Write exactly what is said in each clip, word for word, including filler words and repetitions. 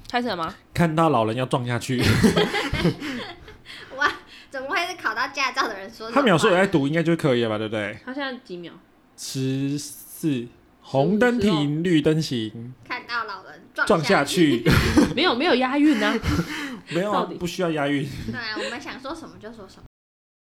开始了吗？ 看到老人要撞下去。 哇，怎么会是考到驾照的人说？ 他秒数有在读，应该就可以了吧？对不对？ 他现在几秒？ 十四，红灯停，绿灯行。 看到老人撞撞下去， 没有没有押韵啊， 没有啊，不需要押韵。 对啊，我们想说什么就说什么。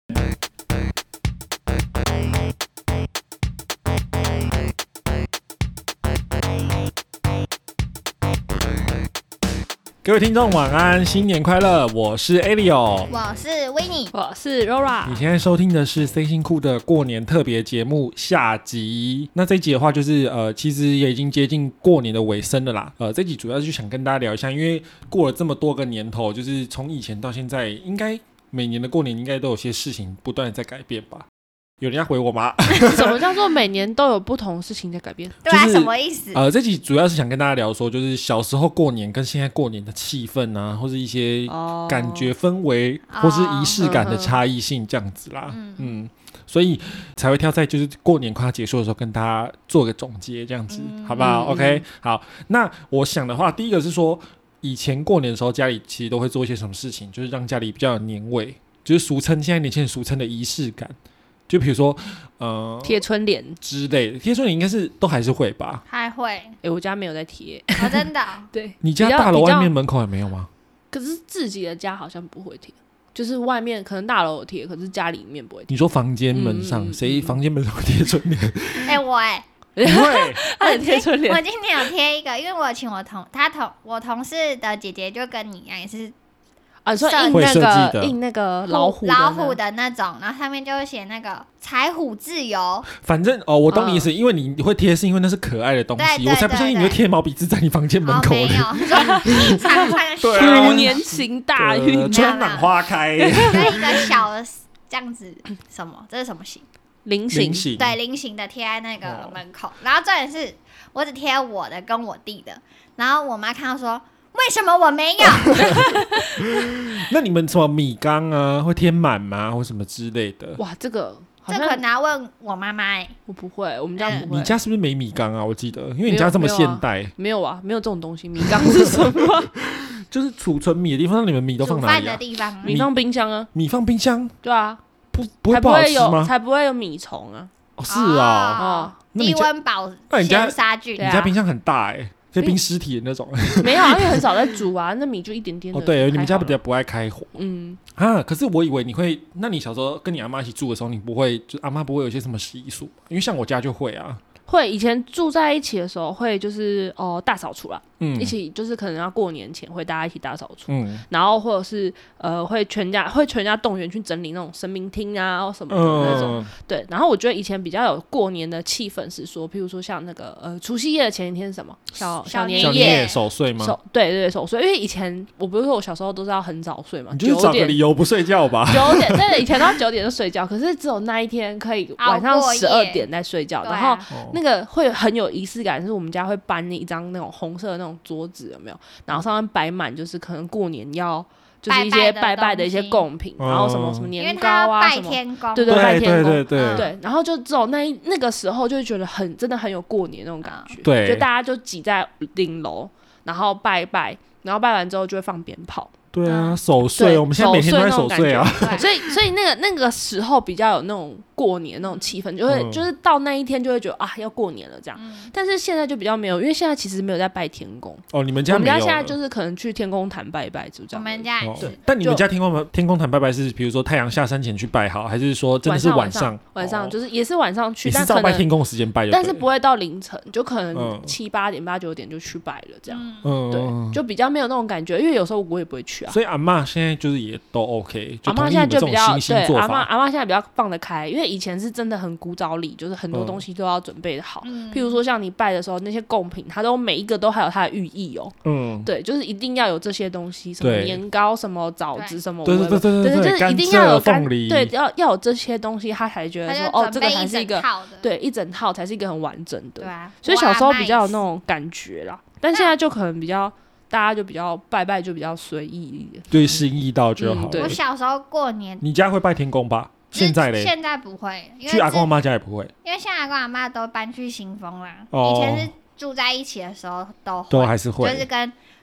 各位听众晚安，新年快乐！我是 Elio， 我是 Winnie， 我是 Rora。 你现在收听的是 C 星库的过年特别节目下集。那这一集的话，就是呃，其实也已经接近过年的尾声了啦。呃，这集主要是想跟大家聊一下，因为过了这么多个年头，就是从以前到现在，应该每年的过年应该都有些事情不断的在改变吧。有人要回我吗？ 什么叫做每年都有不同的事情在改变？ 对啊， 就是、 什么意思？ 呃，这集主要是想跟大家聊说，就是小时候过年跟现在过年的气氛啊，或是一些感觉氛围，哦、或是仪式感的差异性这样子啦。嗯, 嗯，所以才会挑在就是过年快要结束的时候跟大家做个总结，这样子，嗯、好不好、嗯、？OK， 好。那我想的话，第一个是说，以前过年的时候，家里其实都会做一些什么事情，就是让家里比较有年味，就是俗称现在年轻人俗称的仪式感。就比如说，呃， 贴春联之类的，贴春联应该是都还是会吧？ 还会， 哎、欸，我家没有在贴， 哦，真的、哦。 对， 你家大楼外面门口也没有吗？ 可是自己的家好像不会贴，就是外面可能大楼有贴，可是家里面不会贴。 你说房间门上，谁、嗯、房间门上贴春联？ 哎、欸，我哎、 欸，你会？ 他很贴春联。 我今天有贴一个，因为我请我同他同我同事的姐姐就跟你一样，也是。 啊，说印那个印那个老虎老虎的那种，然后上面就会写那个财虎自由。 反正哦，我懂你意思，嗯、因为你会贴是因为那是可爱的东西，我才不相信你会贴毛笔字在你房间门口。 哦、没有，长长鼠年行大运， 春暖花开， 跟一个小的这样子什么？这是什么形？ 菱形， 对，菱形的贴在那个门口。哦、然后重点是我只贴我的跟我弟的，然后我妈看到说。为什么我没有？ 那你们什么米缸啊，会贴满吗，或什么之类的？ 哇，这个这可能要问我妈妈哎， 我不会，我们家不会。 你家是不是没米缸啊？我记得，因为你家这么现代， 没有 啊, 没有啊，没有这种东西。米缸是什么？ 就是储存米的地方。那你们米都放哪里、啊？ 煮饭的地方， 米放冰箱啊。 米放冰箱？ 对啊， 不不会不好吃吗？ 才不会有米虫啊。 哦，是啊， 哦，低温保鲜杀菌。 你家冰箱很大哎、欸。可以冰尸体的那种， 没有，因为很少在煮啊，那米就一点点的。 哦，对，你们家比较不爱开火， 嗯啊，可是我以为你会，那你小时候跟你阿妈一起住的时候，你不会，就阿妈不会有些什么习俗？因为像我家就会啊。 会，以前住在一起的时候会就是哦、呃、大扫除啦， 嗯， 一起就是可能要过年前会大家一起大扫除， 嗯， 然后或者是呃会全家会全家动员去整理那种神明厅啊或什么的那种，嗯、对。然后我觉得以前比较有过年的气氛是说，譬如说像那个呃除夕夜的前一天是什么小小年夜， 小年夜守岁吗？ 守对对守岁，因为以前我不是说我小时候都是要很早睡嘛， 你就是找个理由不睡觉吧？ 九点对，以前都要九点就睡觉，可是只有那一天可以晚上十二点再睡觉，然后那个会很。有仪式感，是我们家会搬一张那种红色的那种桌子，有没有？然后上面摆满就是可能过年要就是一些拜拜的一些贡品，然后什么什么年糕啊什么，对对拜天公， 对对对对。然后就只有那那个时候就会觉得很真的很有过年那种感觉， 对， 就大家就挤在顶楼，然后拜拜，然后拜完之后就会放鞭炮。 对啊，守岁，我们现在每天都在守岁啊。 所以，所以那个那个时候比较有那种过年那种气氛，就会、嗯、就是到那一天就会觉得啊要过年了这样。嗯、但是现在就比较没有，因为现在其实没有在拜天公。 哦，你们家没有？ 我们家现在就是可能去天公坛拜拜，就这样。 我们家也是、 哦。但你们家天公天公坛拜拜是，比如说太阳下山前去拜好，还是说真的是晚上？ 晚上、哦、就是也是晚上去， 但是照拜天公的时间拜就， 但是不会到凌晨，就可能七八点、八九点就去拜了这样。 嗯， 对，就比较没有那种感觉，因为有时候我也不会去啊。 所以阿嬷现在就是也都 OK， 就阿嬷现在就比较对阿嬷阿嬷现在比较放得开，因为以前是真的很古早礼，就是很多东西都要准备的好，嗯、譬如说像你拜的时候那些贡品，它都每一个都还有它的寓意哦。嗯，对，就是一定要有这些东西，什么年糕、什么枣子、什么， 对对对对对， 就是一定要有干，对，要要有这些东西，他才觉得说哦，这个才是一个对一整套才是一个很完整的。对啊，所以小时候比较有那种感觉啦，但现在就可能比较。大家就比较拜拜就比较随意一点， 对心意到就好、 嗯。我小时候过年， 你家会拜天公吧？现在嘞？ 现在不会，因为去阿公阿妈家也不会， 因为现在阿公阿妈都搬去新丰啦。哦、以前是住在一起的时候都会， 都还是会， 就是跟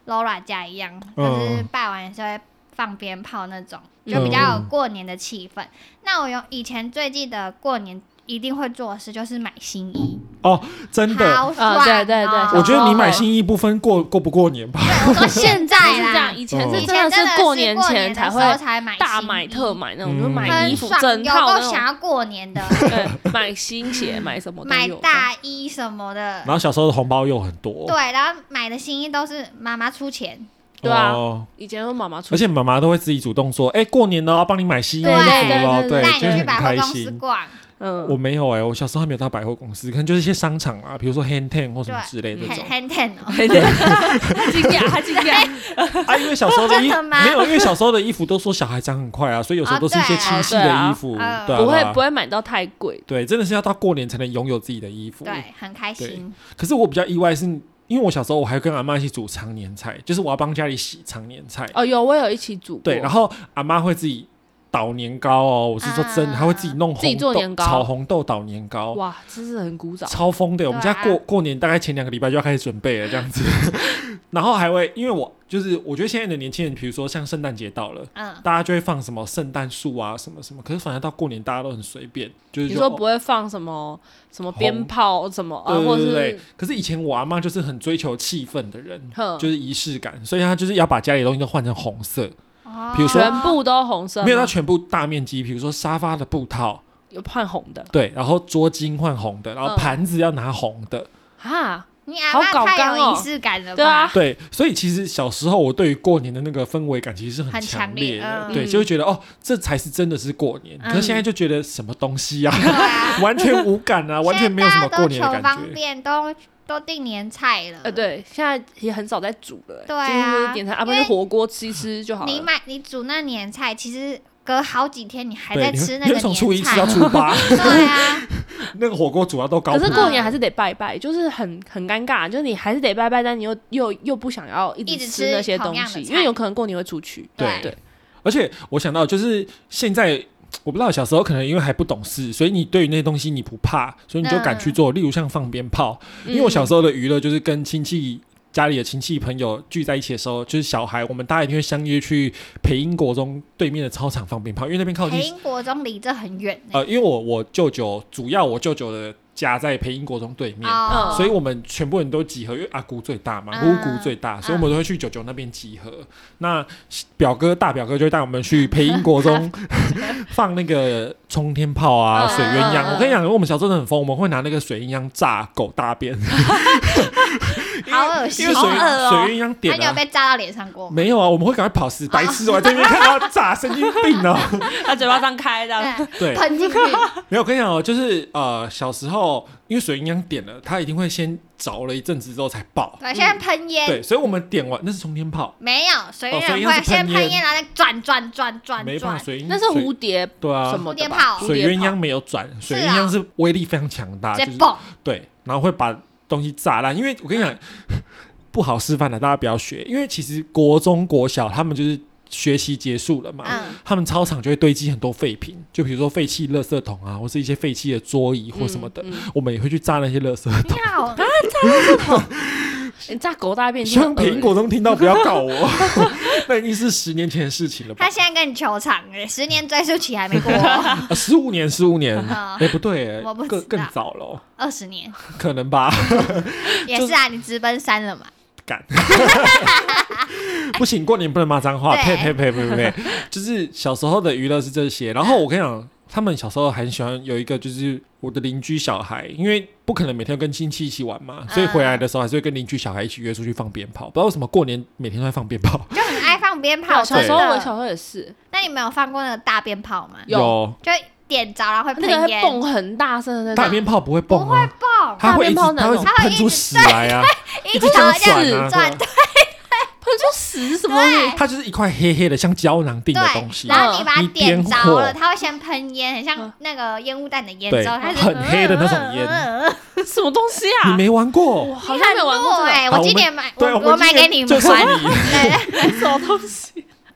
Laura 家一样，就是拜完也是会放鞭炮那种，就比较有过年的气氛。嗯、那我有以前最记得过年一定会做的事就是买新衣哦，真的， 好爽、哦啊！对对对， 我觉得你买新衣不分过过不过年吧。 对，我说现在啦， 这样以前是真的是过年前才会大买特买那种，就买衣服整套那种， 有够想要过年的， 对，买新鞋，买什么都有， 买大衣什么的。 然后小时候的红包又很多， 对，然后买的新衣都是妈妈出钱。 对啊，哦、以前都妈妈出， 而且妈妈都会自己主动说：“哎、欸，过年了，要帮你买新衣服了。”对， 带你去百货公司逛。 嗯，我没有哎、欸，我小時候還沒有到百貨公司，可能就是一些商場啊，比如說 Hang Ten 或什麼之類的這種。 Hang Ten 哦， 他驚訝，他驚訝啊！因為小時候的衣服沒有，因為小時候的衣服都說小孩長很快啊，所以有時候都是一些親戚的衣服， 啊對啊， 不會不會買到太貴。 對，真的是要到過年才能擁有自己的衣服。 對，很開心。 可是我比較意外是，因為我小時候我還跟阿媽一起煮長年菜，就是我要幫家裡洗長年菜。 哦，有我有一起煮過。 對，然後阿媽會自己捣年糕哦，我是說真的，他、啊、會自己弄紅豆， 自己做年糕， 炒紅豆捣年糕， 哇，真是很古早， 超瘋的。我們家過、啊、過年大概前兩個禮拜就要開始準備了這樣子，然後還會因為我就是我覺得現在的年輕人，比如說像聖誕節到了，嗯，大家就會放什麼聖誕樹啊，什麼什麼，可是反而到過年大家都很隨便，就是你說不會放什麼什麼鞭炮什麼， 對對對對， 或是可是以前我阿嬤就是很追求氣氛的人，就是儀式感，所以她就是要把家裡的東西都換成紅色。比如說全部都紅色， 沒有到全部大面積，比如說沙發的布套有換紅的， 對，然後桌巾換紅的，然後盤子要拿紅的， 啊、嗯， 你阿嬤太有儀式感了吧？ 對啊， 對，所以其實小時候我對於過年的那個氛圍感其實是很強烈的，對，就會覺得哦，這才是真的是過年。嗯、可是現在就覺得什麼東西啊，啊完全無感啊，完全沒有什麼過年的感覺。 方便都都訂年菜了， 呃，對，現在也很少在煮了， 對啊， 點菜啊，不是火鍋吃吃就好了。 你買你煮那年菜，其實隔好幾天你還在吃那個年菜， 你從初一吃到初八， 對啊， 那個火鍋煮到都高。 可是過年還是得拜拜，就是很很尷尬，就是你還是得拜拜，但你又又又不想要一直吃那些東西，因為有可能過年會出去。 對對，而且我想到就是現在。我不知道小時候可能因為還不懂事，所以你對於那些東西你不怕，所以你就敢去做。嗯、例如像放鞭炮，因為我小時候的娛樂就是跟親戚家裡的親戚朋友聚在一起的時候，就是小孩，我們大家一定會相約去培英國中對面的操場放鞭炮，因為那邊靠近。 培英國中離這很遠、欸。 呃，因為我我舅舅主要我舅舅的家在培英國中對面、哦，所以我們全部人都集合，因為阿姑最大嘛，姑、嗯、姑最大，所以我們都會去舅舅那邊集合。嗯、那表哥大表哥就會帶我們去培英國中放那個沖天炮啊、水鴛鴦、嗯。我跟你講，我們小時候很瘋，我們會拿那個水鴛鴦炸狗大便。 好惡心， 因為水好惡水鴛鴦點、啊， 那你有被炸到臉上過嗎？ 沒有啊，我們會趕快跑死白痴，我在這邊看到炸，神經病哦、喔。 他嘴巴張開的， 對， 噴進去。 沒有，我跟你講哦、喔，就是呃小時候，因為水鴛鴦點了，它一定會先着了一陣子之後才爆， 對，先噴煙。 對，所以我們點完那是沖天炮， 沒有水鴛鴦會先噴煙，然後再轉轉轉轉沒辦法，水那是蝴蝶， 對啊， 什麼蝴蝶炮， 水鴛鴦沒有轉，水鴛鴦是威力非常強大，就是對，然後會把東西炸爛，因為我跟你講。不好示範的，大家不要學。因為其實國中、國小他們就是學期結束了嘛、嗯，他們操場就會堆積很多廢品，就比如說廢棄垃圾桶啊，或是一些廢棄的桌椅或什麼的，嗯嗯、我們也會去炸那些垃圾桶。 你好啊，炸垃圾桶，你炸狗大便。 希望培英國中聽到不要告我，那已經是十年前的事情了吧？ 他現在跟你求償，十年追訴期還沒過。 十五年，十五年，哎、欸，不對， 我不更更早了， 二十年， 可能吧？ 也是啊，你直奔三了嘛？ 幹不行，過年不能罵髒話，呸呸呸呸呸！就是小時候的娛樂是這些，然後我跟你講，他們小時候很喜歡有一個，就是我的鄰居小孩，因為不可能每天跟親戚一起玩嘛，所以回來的時候還是會跟鄰居小孩一起約出去放鞭炮。不知道為什麼過年每天都在放鞭炮， 就很愛放鞭炮。 小時候我小時候也是。 那你沒有放過那個大鞭炮嗎？ 有， 就點着然後會噴煙， 那個會蹦很大聲的那種。 大鞭炮不會蹦、啊， 不會蹦， 它會一直它會噴出屎來啊，一直這樣轉啊， 轉對。 噴出屎什麼東西？ 它就是一塊黑黑的像膠囊定的東西， 然後你把它點着了，它會先噴煙，很像那個煙霧彈的煙，之後它是很黑的那種煙。 什麼東西啊？ 你沒玩過？ 我好像沒有玩過哎、欸，我今年買，我我買給你們玩。 就是你什麼東西？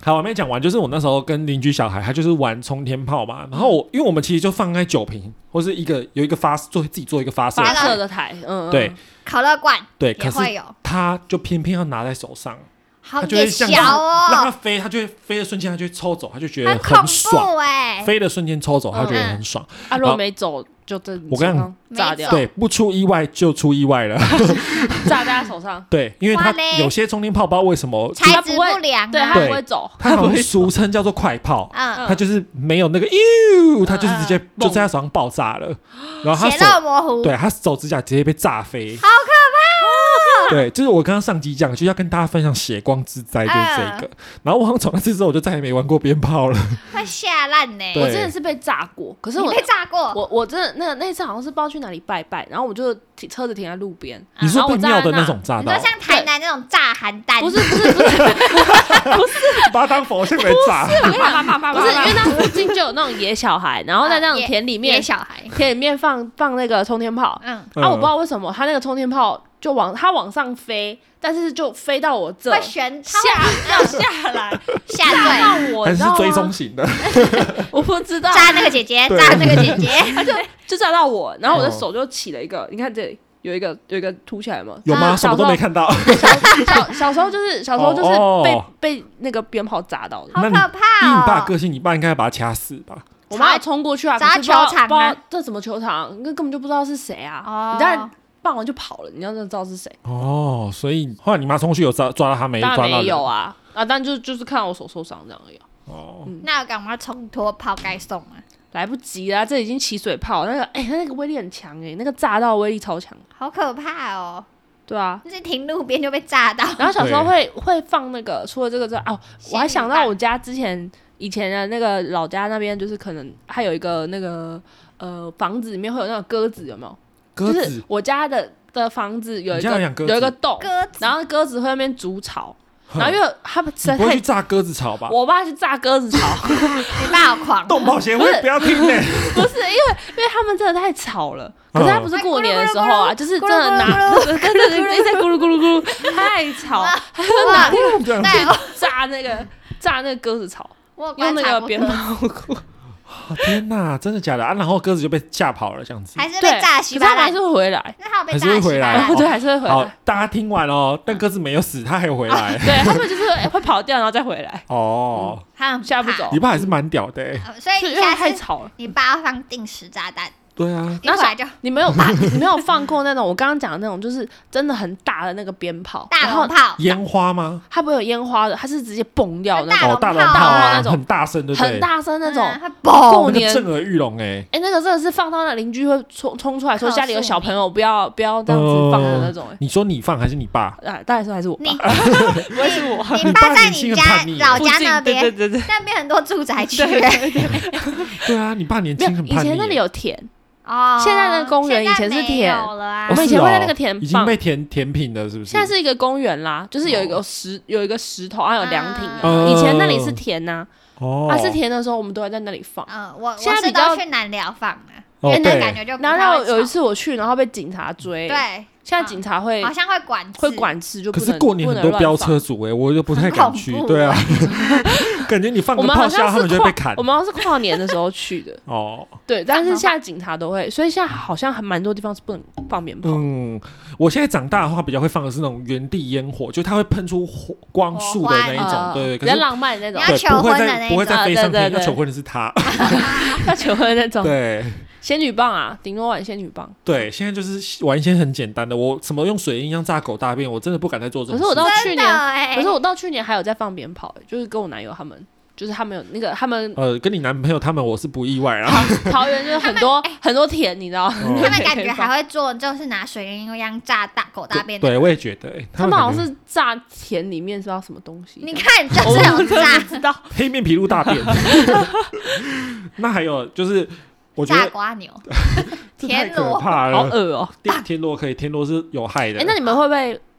好，我还没讲完，就是我那时候跟邻居小孩，他就是玩冲天炮嘛，然后我因为我们其实就放在酒瓶或是一个有一个发做自己做一个发射发射的台，嗯， 对， 可乐罐对，可是他就偏偏要拿在手上。 好他就会这样哦， 让他飞，他就会飞的瞬间，他就会抽走，他就觉得很爽。 哎、 欸，飞的瞬间抽走，他觉得很爽。 嗯、啊，如果没走，就真我跟你讲炸掉。 对，不出意外就出意外了， 炸在他手上。 对，因为他有些冲天炮不知道为什么材质不良、啊， 对，他不会走， 他好像俗称叫做快炮，嗯，他就是没有那个哟，他就是直接就在他手上爆炸了，然后他手模糊， 对他手指甲直接被炸飞， 好可怕。 对，就是我刚刚上集讲，就是要跟大家分享血光之灾，就是这个。然后我好像从那次之后，我就再也没玩过鞭炮了， 会吓烂呢。 我真的是被炸过，可是我被炸过， 我我真的那那次好像是不知道去哪里拜拜，然后我就车子停在路边。 你说被庙的那种炸到？ 你说像台南那种炸邯郸？ 不是不是不是不是， 把它当佛像来炸。 不是，不是，因为那附近就有那种野小孩，然后在那种田里面， 野小孩田里面放放那个冲天炮。嗯，啊，我不知道为什么他那个冲天炮。就往它往上飞，但是就飞到我这， 会旋下要下来， 下到我， 还是追踪型的？ 我不知道。 炸那个姐姐，炸那个姐姐， 他就就炸到我，然后我的手就起了一个，你看这里有一个有一个凸起来吗？ 有吗？什么都没看到。 小小时候就是小时候就是被被那个鞭炮炸到的， 好可怕哦！ 以你爸个性，你爸应该把他掐死吧？ 我妈有冲过去啊， 砸球场啊， 这什么球场？那根本就不知道是谁啊！你在。放完就跑了，你要知道是谁哦。所以后来你妈冲过去有抓抓到他没？ 当然没有啊啊！但就就是看到我手受伤这样而已、啊。 哦， 嗯、那有赶快冲脱炮该送啊， 来不及啦，这已经起水炮，那个哎、欸，它那个威力很强哎、欸，那个炸到威力超强， 好可怕哦。 对啊， 就是停路边就被炸到。 然后小时候会会放那个，除了这个之外，哦，我还想到我家之前以前的那个老家那边，就是可能还有一个那个呃房子里面会有那种鸽子，有没有？ 鸽子， 就是我家的的房子有一个有有一个洞，然后鸽子会在那边筑巢，然后因为他们你不会去炸鸽子巢吧？ 我爸去炸鸽子巢， 你爸好狂， 动保协会不要听呢、欸。 不是因为因为他们真的太吵了，可是他不是过年的时候啊，就是真的拿，真的一直在咕噜咕噜咕噜，太吵，他就拿那个炸那个炸那个鸽子巢，用那个鞭炮。 哦、天哪，真的假的啊？然后鸽子就被吓跑了，这样子， 还是被炸稀巴烂， 还是会回来， 那他有被还是会回来， 对，还是会回来。 好，大家听完哦，但鸽子没有死，它还有回来， 啊、对他们就是会跑掉，然后再回来。 哦， 他吓不走。 你爸还是蛮屌的、欸呃，所以你现在太吵了。 你爸要放定时炸弹。 对啊， 一回来就你没有把你没有放过那种我刚刚讲的那种，就是真的很大的那个鞭炮， 大龙炮， 烟花吗？ 它不会有烟花的，它是直接蹦掉那种，哦，大龙炮啊，那种很大声，对不对？ 很大声那种， 嘣， 过年震耳欲聋哎， 哎，那个真的是放到那邻居会冲冲出来说家里有小朋友，不要不要这样子放的那种。 你说你放还是你爸？ 啊，当然是还是我爸，不会是我。 你爸在你家老家那边， 对对对， 那边很多住宅区。 对啊，你爸年轻很叛逆。 以前那里有田。 哦， 现在的公园以前是田， 啊、 我们以前会在那个田放， 已经被填填平了，是不是？ 现在是一个公园啦，就是有一个石，有一个石头，还有凉亭、啊嗯。以前那里是田呐、啊，哦，啊是田的时候，我们都会在那里放。 嗯，我现在比较去南寮放啊， 因为那感觉就。 然后有一次我去，然后被警察追。 对。 现在警察会、 嗯、好像会管制会管制，就不能。 可是过年很多飙车族哎、欸，我就不太敢去。对啊，感觉你放个炮下，他们就会被砍。 我们好像是跨年的时候去的哦。对，但是现在警察都会，所以现在好像还蛮多地方是不能放鞭炮。 嗯，我现在长大的话，比较会放的是那种原地烟火，就它会喷出火光束的那一种，呃、对， 比较浪漫的那种。 要求婚的那种， 不会再飞上天。要求婚的是他， 要求婚的那种。 对。 仙女棒啊，顶多玩仙女棒。 对，现在就是玩一些很简单的。我什么用水银一样炸狗大便，我真的不敢再做这种事。 可是我到去年， 欸、 可是我到去年还有在放鞭炮、欸，就是跟我男友他们，就是他们有那个他们呃，跟你男朋友他们，我是不意外啊。 桃园就是很多、欸、很多田，你知道？ 哦、 他们感觉还会做，就是拿水银一样炸大狗大便。 对，我也觉得、欸， 他们好像是炸田里面是要什么东西。 你看，就是有炸， 知道黑面琵鹭大便。那还有就是。我觉得炸瓜牛， 这太可怕了， 好恶哦、 喔！天螺可以，天螺是有害的。 哎、欸，那你们会不会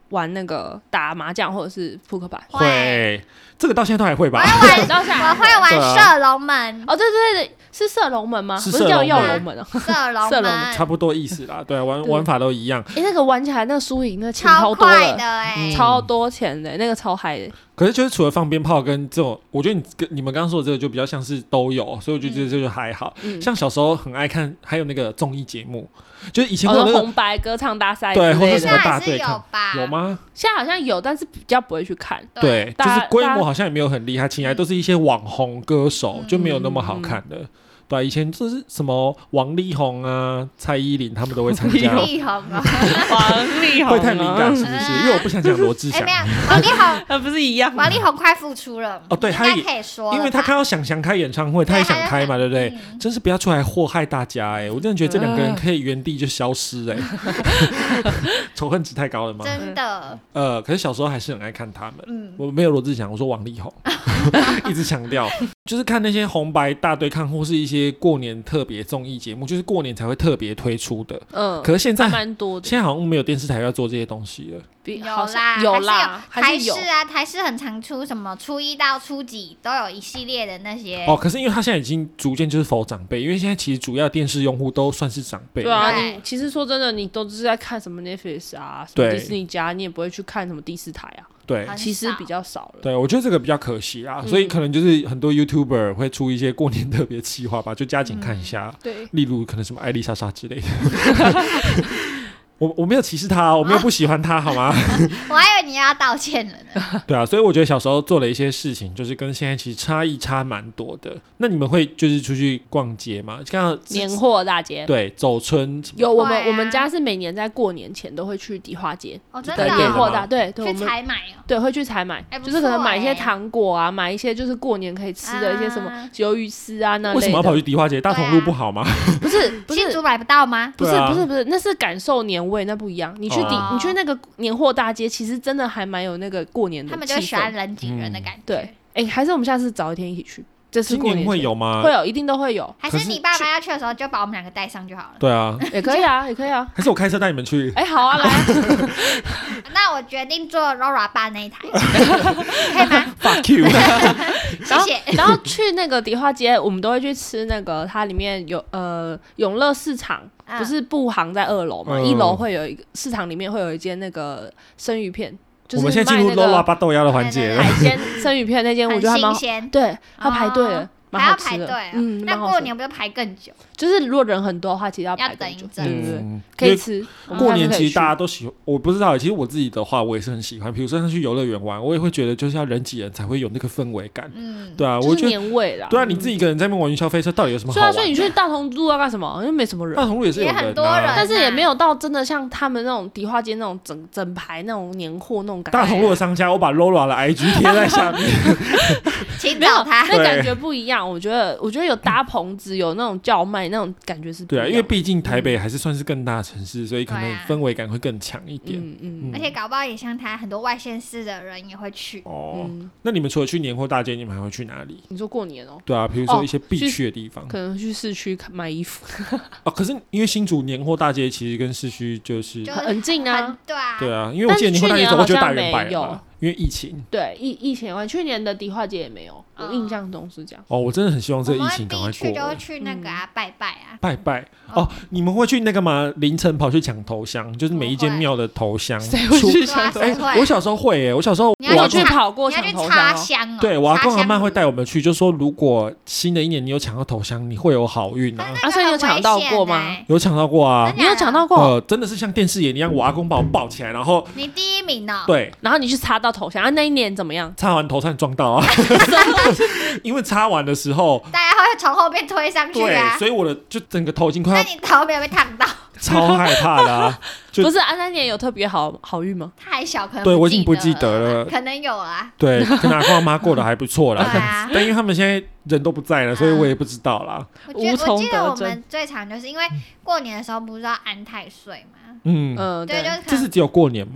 玩那个打麻将或者是扑克牌？ 会，这个到现在都还会吧？ 我会玩，我会玩射龙门。 哦，对对对，是射龙门吗？ 是不是叫耀龙门啊？ 射龙门差不多意思啦。对，玩玩法都一样。 哎，那个玩起来那个输赢那钱超多快的哎， 超多钱的，那个超嗨的。 可是就是除了放鞭炮跟这种，我觉得你跟你们刚刚说的这个就比较像是都有，所以我就觉得这就还好。嗯、像小时候很爱看，还有那个综艺节目，就是以前会有、那个哦、红白歌唱大赛， 对，或者什么大对抗，有, 有吗？ 现在好像有，但是比较不会去看。 对，就是规模好像也没有很厉害，请来都是一些网红歌手，嗯、就没有那么好看的。嗯对、啊，以前就是什么王力宏啊、蔡依林他们都会参加。 王力宏啊， 王力宏会太敏感是不是？因为我不想讲罗志祥。 没有，王力宏， 呃，不是一样。 王力宏快复出了。 哦，对，他也可以说， 因为他看到想想开演唱会，他也想开嘛，对不对？嗯、真是不要出来祸害大家哎、欸！我真的觉得这两个人可以原地就消失哎、欸，仇恨值太高了吗？ 真的。 呃，可是小时候还是很爱看他们。嗯，我没有罗志祥，我说王力宏，一直强调，就是看那些红白大对抗或是一些。些过年特别综艺节目，就是过年才会特别推出的。嗯，可是现在蛮多的， 现在好像没有电视台要做这些东西了。 有啦， 有啦， 台视啊，台视很常出什么初一到初几都有一系列的那些。 哦，可是因为他现在已经逐渐就是否长辈，因为现在其实主要电视用户都算是长辈。 对啊，你其实说真的，你都是在看什么 Netflix 啊，什么迪士尼家，你也不会去看什么第四台啊。 对， 其实比较少了。 对，我觉得这个比较可惜啦，嗯、所以可能就是很多 YouTuber 会出一些过年特别企划吧，就加紧看一下。嗯、对，例如可能什么艾丽莎莎之类的。我我没有歧视他，我没有不喜欢他，好吗？ 我还以为你要道歉了呢。 对啊，所以我觉得小时候做了一些事情，就是跟现在其实差异差蛮多的。那你们会就是出去逛街吗？像年货大街， 对，走春有我们、啊、我们家是每年在过年前都会去迪化街， 哦，真的、啊、 年货大对对， 去采买哦， 对，会去采买，欸、就是可能买一些糖果啊，买一些就是过年可以吃的一些什么鱿鱼丝啊那类的。 为什么要跑去迪化街？大同路不好吗？ 不是，不是新竹买不到吗？ 不是，不是，不是，那是感受年味，那不一样。你去迪，哦、你去那个年货大街，其实真的还蛮有那个过年的气氛。 他们就喜欢人挤人的感觉。嗯、 对，哎、欸，还是我们下次早一天一起去。这次过年会有吗？ 会有，一定都会有。 还是你爸妈要去的时候，就把我们两个带上就好了。 对啊， 也可以啊，也可以啊。 还是我开车带你们去？ 哎、欸，好啊，来。 那我决定坐 Laura 爸那一台，可以吗 ？Fuck you！ 谢谢。 然后去那个迪化街，我们都会去吃那个，它里面有呃永乐市场。不是布行在二楼嘛？嗯、一楼会有一个市场，里面会有一间那个生鱼片。就是、 我们现在进入 Lola 巴豆芽的环节了。 海鲜生鱼片那间，我觉得还蛮新鲜。对，要排队了。 哦还要排队、啊，嗯，那过年不就排更久？ 就是如果人很多的话，其实要排更久， 要等一阵子， 嗯、 可以吃。 过年其实大家都喜欢，我不知道，其实我自己的话，我也是很喜欢。比如说像去游乐园玩，我也会觉得就是要人挤人才会有那个氛围感，嗯，对啊，我觉得年味啦。 对啊，你自己一个人在那边玩云霄飞车，到底有什么好玩？ 所以、啊，所以你去大同路要干什么？因为没什么人。 大同路也是有人、啊， 也很多人、啊， 但是也没有到真的像他们那种迪化街那种整整排那种年货那种感觉。 大同路的商家，我把 Lola 的 I G 贴在下面， 请找他， 那感觉不一样。我觉得，我觉得有搭棚子，有那种叫卖那种感觉是不一样。 对啊，因为毕竟台北还是算是更大的城市，所以可能氛围感会更强一点。 嗯嗯，而且搞不好也像他，很多外县市的人也会去。 哦，嗯、那你们除了去年货大街，你们还会去哪里？ 你说过年哦？ 对啊，比如说一些必去的地方， 哦、可能去市区买衣服。 哦，可是因为新竹年货大街其实跟市区就是很近啊。 对啊， 对啊，因为我记得年货大街走过就大圆柏了。因为疫情， 对疫疫情完，去年的迪化街也没有，我印象中是这样。 哦，我真的很希望这个疫情赶快过。 我们必去就会去那个啊、嗯、拜拜啊， 拜拜哦, 哦。你们会去那个吗？凌晨跑去抢头香，就是每一间庙的头香。 谁会去抢？ 哎、 欸，我小时候会耶，我小时候你要去跑过抢头香、 哦。 对，我阿公阿嬤会带我们去，就说如果新的一年你有抢到头香，你会有好运啊。 啊，所以你有抢到过吗？ 有抢到过啊， 你有抢到过？ 呃，真的是像电视演一样，我阿公把我抱起来，然后你第一名哦。 对， 然后你去插到头香，啊，那一年。怎么样？ 插完头差点撞到啊！因为插完的时候， 大家会从后面推上去啊， 对，所以我的就整个头已经快要…… 那你头没有被烫到？ 超害怕的啊！ 不是啊，那年有特别好好运吗？ 他还小，可能对我已经不记得了， 可能有啊。 对，跟阿公阿妈过得还不错啦。对啊，但因为他们现在人都不在了，所以我也不知道啦。 我觉得我记得我们最常就是因为过年的时候不是要安太岁吗？ 嗯嗯， 对，就是这是只有过年吗？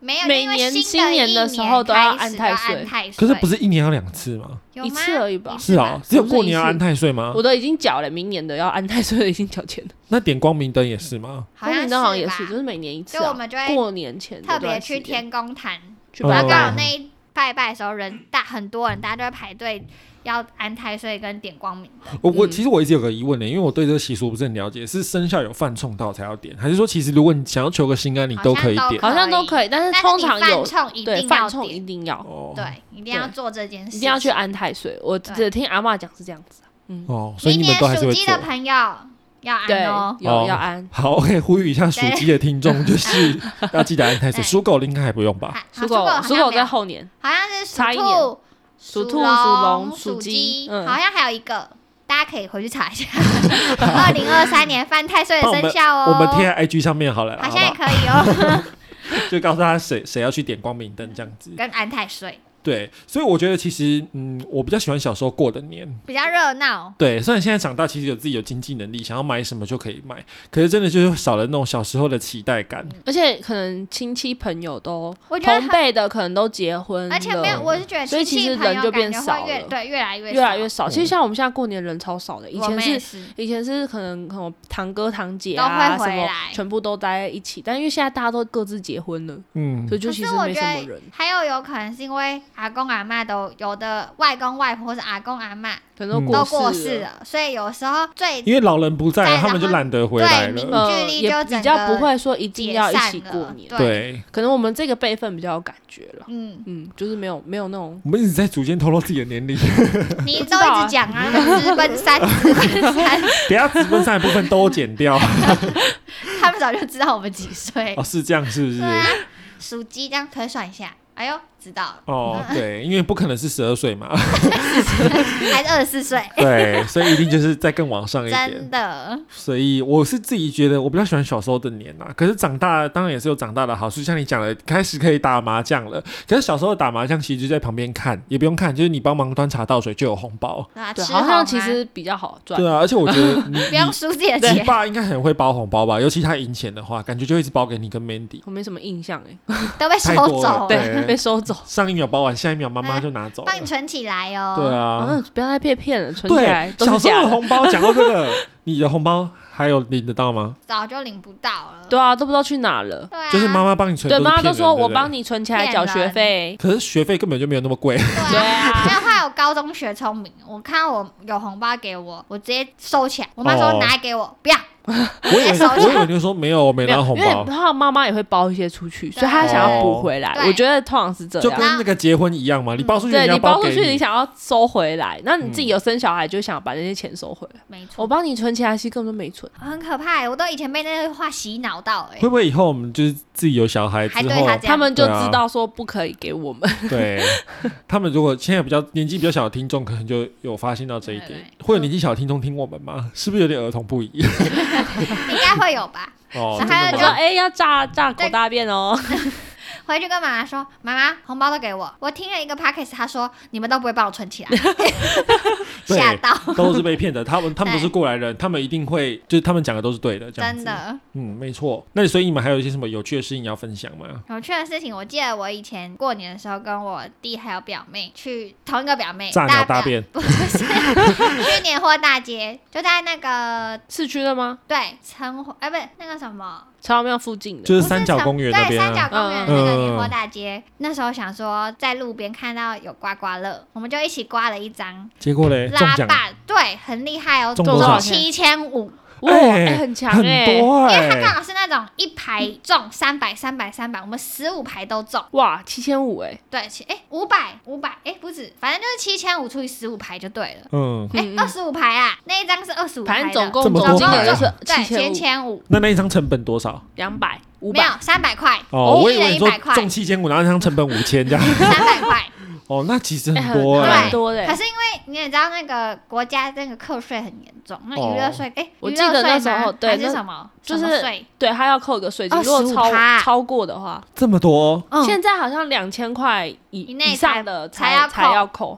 没有， 每年新年的时候都要安太岁， 可是不是一年要两次吗？ 一次而已吧。 是啊，只有过年要安太岁吗？ 我都已经缴了，明年的要安太岁的已经缴钱了。 那点光明灯也是吗？ 光明灯好像也是，就是每年一次、啊。 就我们就会过年前特别去天公坛， 去然后刚好那一拜拜的时候人大很多人，大家都会排队。要安太岁跟点光明灯。 我我其实我一直有个疑问呢，因为我对这个习俗不是很了解，是生肖有犯冲到才要点，还是说其实如果你想要求个心安，你都可以点？ 好像都可以，但是通常有对犯冲一定要， 对，一定要做这件事， 一定要去安太岁。我只听阿嬷讲是这样子。 嗯哦，所以你们都还是会做。 明年属鸡的朋友要安哦， 有要安。 好 ，OK， 呼吁一下属鸡的听众，就是要记得安太岁。属狗的应该还不用吧？ 属狗属狗在后年， 好像是属兔。 属兔、属龙、属鸡， 嗯，好像还有一个，大家可以回去查一下。二零二三年犯太岁的生肖哦， 我们贴在 I G 上面好了， 好像也可以哦。 就告诉他谁谁要去点光明灯这样子， 跟安太岁。 对，所以我觉得其实，嗯，我比较喜欢小时候过的年， 比较热闹。 对，虽然现在长大，其实有自己有经济能力，想要买什么就可以买，可是真的就是少了那种小时候的期待感。嗯、 而且可能亲戚朋友都同辈的，可能都结婚了， 而且没有，我是觉得所以其实人就变少了， 对，越来越越来越少。其实像我们现在过年人超少的，以前是, 是以前是可能可能堂哥堂姐啊什么全部都待在一起，但因为现在大家都各自结婚了，嗯，所以就其实没什么人。 还有有可能是因为阿公阿嬷都。有的外公外婆或是阿公阿嬷可能都过世了，所以有时候最因为老人不在，他们就懒得回来了， 对，凝聚力就比较不会说一定要一起过年。 对， 可能我们这个辈分比较有感觉了，嗯嗯，就是没有没有那种。 我们一直在逐渐透露自己的年龄， 你都一直讲啊，直奔三，直奔三， 等下直奔三的部分都剪掉。 他们早就知道我们几岁哦，是这样是不是？ 对啊，属鸡这样推算一下，哎呦。知道了哦，对，因为不可能是十二岁嘛， 还是二十四岁， 对，所以一定就是再更往上一点， 真的。 所以我是自己觉得我比较喜欢小时候的年呐，可是长大当然也是有长大的好处，像你讲的，开始可以打麻将了。可是小时候打麻将其实就在旁边看，也不用看，就是你帮忙端茶倒水就有红包， 对，好像其实比较好赚。 对啊，而且我觉得你不用输自己的钱， 你爸应该很会包红包吧？尤其他赢钱的话，感觉就一直包给你跟 Mandy。 我没什么印象哎， 都被收走， 对，被收走。 上一秒包完，下一秒妈妈就拿走了， 帮你存起来哦。 对啊， 哦、不要再被骗了，存起来都是假的。 小时候的红包，讲到这个，你的红包还有领得到吗？ 早就领不到了。 对啊，都不知道去哪了。 对啊， 就是妈妈帮你存。 对，妈妈都说我帮你存起来缴学费。 可是学费根本就没有那么贵。 对啊，没有，后来我高中学聪明，我看到我有红包给我，我直接收起来。我妈说拿来给我，哦、不要。 我以为我以为你说没有，我没拿红包， 因为他妈妈也会包一些出去，所以他想要补回来。我觉得通常是这样， 就跟那个结婚一样嘛，你包出去， 对你包出去， 你想要收回来，那你自己有生小孩，就想把那些钱收回来。 没错， 我帮你存起来，其实根本就没存， 很可怕。我都以前被那句话洗脑到，哎， 会不会以后我们就是自己有小孩之后， 他们就知道说不可以给我们？ 对，他们如果现在比较年纪比较小的听众，可能就有发现到这一点。会有年纪小的听众听我们吗？是不是有点儿童不宜？ 应该会有吧。 哦， 然后他就说：“哎、欸，要炸炸狗大便哦。” 回去跟妈妈说：“妈妈，红包都给我。”我听了一个 podcast， 他说：“你们都不会帮我存起来。”吓到， 都是被骗的。他们他们都是过来人，他们一定会，就是他们讲的都是对的，这样子。 真的， 嗯，没错。那所以你们还有一些什么有趣的事情要分享吗？ 有趣的事情，我记得我以前过年的时候，跟我弟还有表妹去同一个表妹炸鸟大便， 不是去年货大街，就在那个市区的吗？ 对，城隍哎，不是那个什么。 朝阳庙附近的， 就是三角公园那边、啊。 对，三角公园那个年货大街、嗯，那时候想说在路边看到有刮刮乐，我们就一起刮了一张。 结果嘞，中奖。 对，很厉害哦， 中多少？ 七千五。 哇，欸欸、很强哎、 欸， 因为他刚好是那种一排中三百、三百、三百，我们十五排都中。 哇，七千五哎， 对，哎，五百、五百，哎，不止，反正就是七千五除以十五排就对了。 嗯， 哎，二十五排啊，那一张是二十五排的， 反正总共总金额就是七千五。 那那一张成本多少？ 两百、五百，没有三百块。 哦，我以为你说中七千五，然后那张成本五千这样。 三百块。 哦，那其实很多哎、 欸，很多的。 可是因为你也知道，那个国家那个课税很严重，那娱乐税，哎、哦， 我记得那时候对还是什么， 就是税， 对，他要扣个税金，如果超超过的话， 这么多， 嗯、现在好像两千块以以上的才才要才要扣。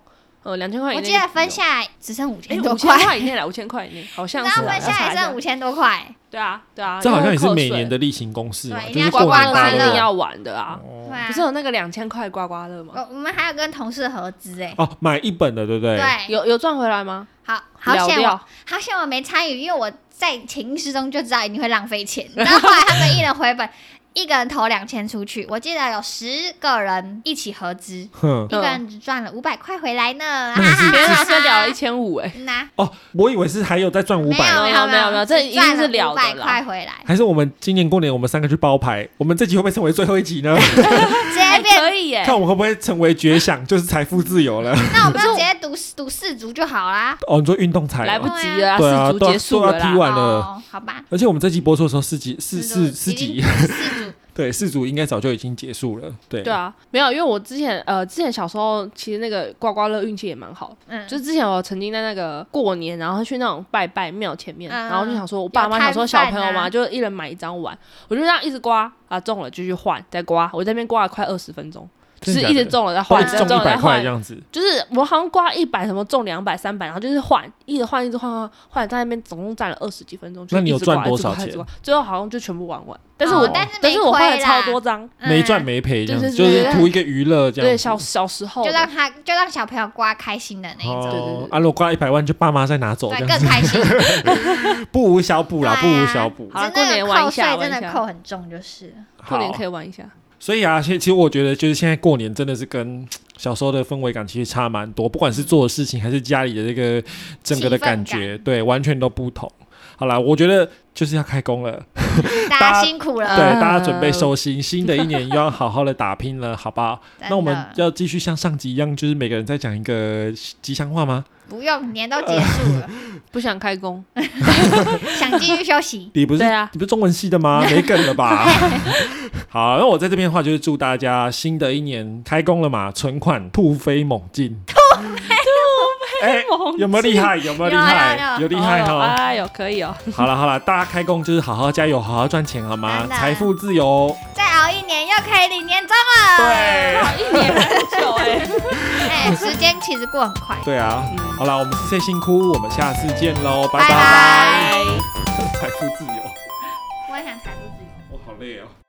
呃，两千块以内， 我记得分下来只剩五千多块，五千块以内啦，五千块以内，好像是。 然后分下来剩五千多块。 对啊，对啊， 这好像也是每年的例行公事嘛，就是刮刮乐一定要玩的啊。不是有那个两千块刮刮乐吗？ 我们还有跟同事合资哎。 哦，买一本的，对不对？ 对， 有有赚回来吗？ 好，好险我，好险我没参与，因为我在潜意识中就知道一定会浪费钱。然后后来他们一人回本。一个人投两千出去，我记得有十个人一起合资，一个人只赚了五百块回来呢。 别人是了了一千五哎。 哦，我以为是还有再赚五百。 没有没有没有， 这一定是了的啦。 五百块回来。 还是我们今年过年我们三个去包牌，我们这集会不会成为最后一集呢？ 直接变可以耶， 看我们会不会成为绝响，就是财富自由了。 那我们就直接赌赌四组就好啦。 哦，你说运动彩来不及了，四组结束了， 踢完了。 好吧。 而且我们这集播出的时候，四集四四四集。 四组。 对，四组应该早就已经结束了。对对啊，没有，因为我之前呃，之前小时候其实那个刮刮乐运气也蛮好，嗯，就是之前我曾经在那个过年，然后去那种拜拜庙前面，嗯、然后就想说，我爸妈想说小朋友嘛，就一人买一张玩，我就这样一直刮啊，中了就去换，再刮，我在那边刮了快二十分钟。就是一直中了再换， 中一百块这样子。 就是我好像刮一百，什么中两百、三百，然后就是换，一直换，一直换，换，换，在那边总共站了二十几分钟。 那你有赚多少钱？ 最后好像就全部玩完。但是我，但是我换了超多张， 没赚没赔这样子，就是图一个娱乐这样。 对，小小时候就让他就让小朋友刮开心的那一种。对对对。啊，如果刮一百万，就爸妈再拿走， 对，更开心。 不无小补啦，不无小补。 好，过年玩一下， 真的扣很重，就是。 过年可以玩一下。 所以啊，其实我觉得就是现在过年真的是跟小时候的氛围感其实差蛮多，不管是做的事情还是家里的这个整个的感觉，对，完全都不同。好啦，我觉得就是要开工了， 大家辛苦了， 对，大家准备收心，新的一年又要好好的打拼了，好不好？那我们要继续像上集一样，就是每个人再讲一个吉祥话吗？ 不用，年都结束了， 不想开工， 想继续休息。 你不是、啊、你不是中文系的吗？没梗了吧？好，那我在这边的话就是祝大家新的一年开工了嘛，存款突飞猛进。 突飞哎，有没有厉害？有没有厉害？有厉害哈！ 哎呦，可以哦。 好了好了，大家开工就是好好加油，好好赚钱好吗？财富自由， 再熬一年又可以领年终了。 对， 熬一年很久哎。 哎，时间其实过很快。 对啊，嗯、好了，我们是 C 辛苦，我们下次见喽，拜拜。 财富自由， 我也想财富自由。 我好累哦。